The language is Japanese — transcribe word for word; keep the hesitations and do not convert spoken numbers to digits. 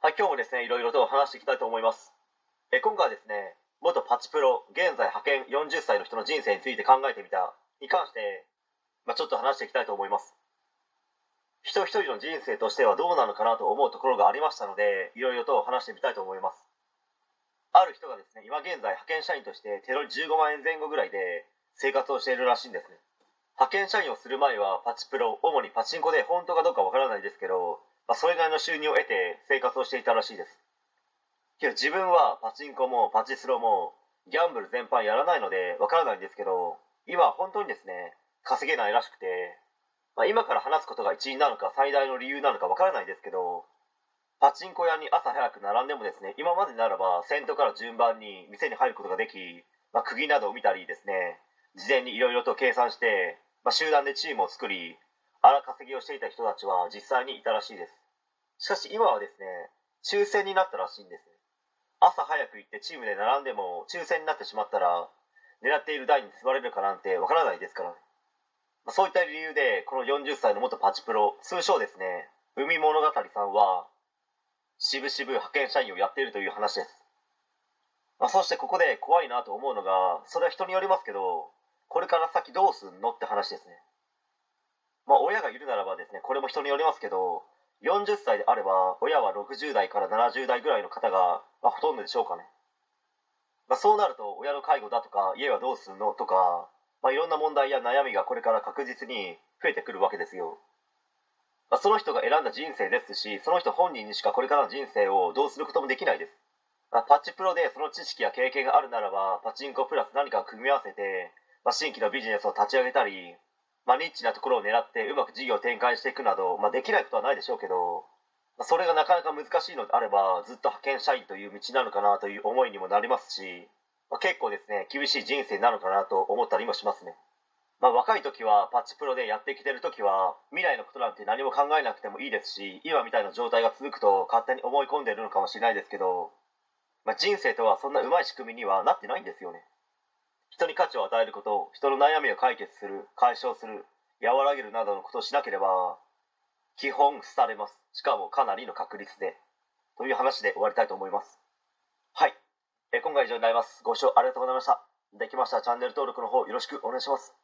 はい、今日もですね、いろいろと話していきたいと思います。え今回はですね、元パチプロ、現在派遣よんじゅっさいの人の人生について考えてみたに関して、まあ、ちょっと話していきたいと思います。人一人の人生としてはどうなのかなと思うところがありましたので、いろいろと話してみたいと思います。ある人がですね、今現在派遣社員として手取りじゅうごまん円前後ぐらいで生活をしているらしいんですね。派遣社員をする前はパチプロ、主にパチンコで本当かどうかわからないですけど、まあ、それなりの収入を得て生活をしていたらしいです。けど自分はパチンコもパチスロもギャンブル全般やらないのでわからないんですけど、今は本当にですね、稼げないらしくて、まあ、今から話すことが一因なのか最大の理由なのかわからないですけど、パチンコ屋に朝早く並んでもですね、今までならば先頭から順番に店に入ることができ、まあ、釘などを見たりですね、事前にいろいろと計算して、まあ、集団でチームを作り荒稼ぎをしていた人たちは実際にいたらしいです。しかし今はですね、抽選になったらしいんです。朝早く行ってチームで並んでも抽選になってしまったら狙っている台に座れるかなんてわからないですからね。まあ、そういった理由でこのよんじゅっさいの元パチプロ、通称ですね、海物語さんはしぶしぶ派遣社員をやっているという話です。まあ、そしてここで怖いなと思うのが、それは人によりますけど、これから先どうすんのって話ですね。まあ親がいるならばですね、これも人によりますけど、よんじゅっさいであれば親はろくじゅう代からななじゅう代ぐらいの方が、まあ、ほとんどでしょうかね。まあ、そうなると親の介護だとか家はどうすんのとか、まあ、いろんな問題や悩みがこれから確実に増えてくるわけですよ。まあ、その人が選んだ人生ですし、その人本人にしかこれからの人生をどうすることもできないです。まあ、パチプロでその知識や経験があるならばパチンコプラス何かを組み合わせて、まあ、新規のビジネスを立ち上げたり、まあ、ニッチなところを狙ってうまく事業を展開していくなど、まあ、できないことはないでしょうけど、まあ、それがなかなか難しいのであればずっと派遣社員という道なのかなという思いにもなりますし、まあ、結構ですね厳しい人生なのかなと思ったりもしますね。まあ、若い時はパチプロでやってきてる時は未来のことなんて何も考えなくてもいいですし、今みたいな状態が続くと勝手に思い込んでいるのかもしれないですけど、まあ、人生とはそんなうまい仕組みにはなってないんですよね。人に価値を与えること、人の悩みを解決する、解消する、和らげるなどのことをしなければ基本廃れます。しかもかなりの確率で、という話で終わりたいと思います。はい、え今回以上になります。ご視聴ありがとうございました。できましたらチャンネル登録の方よろしくお願いします。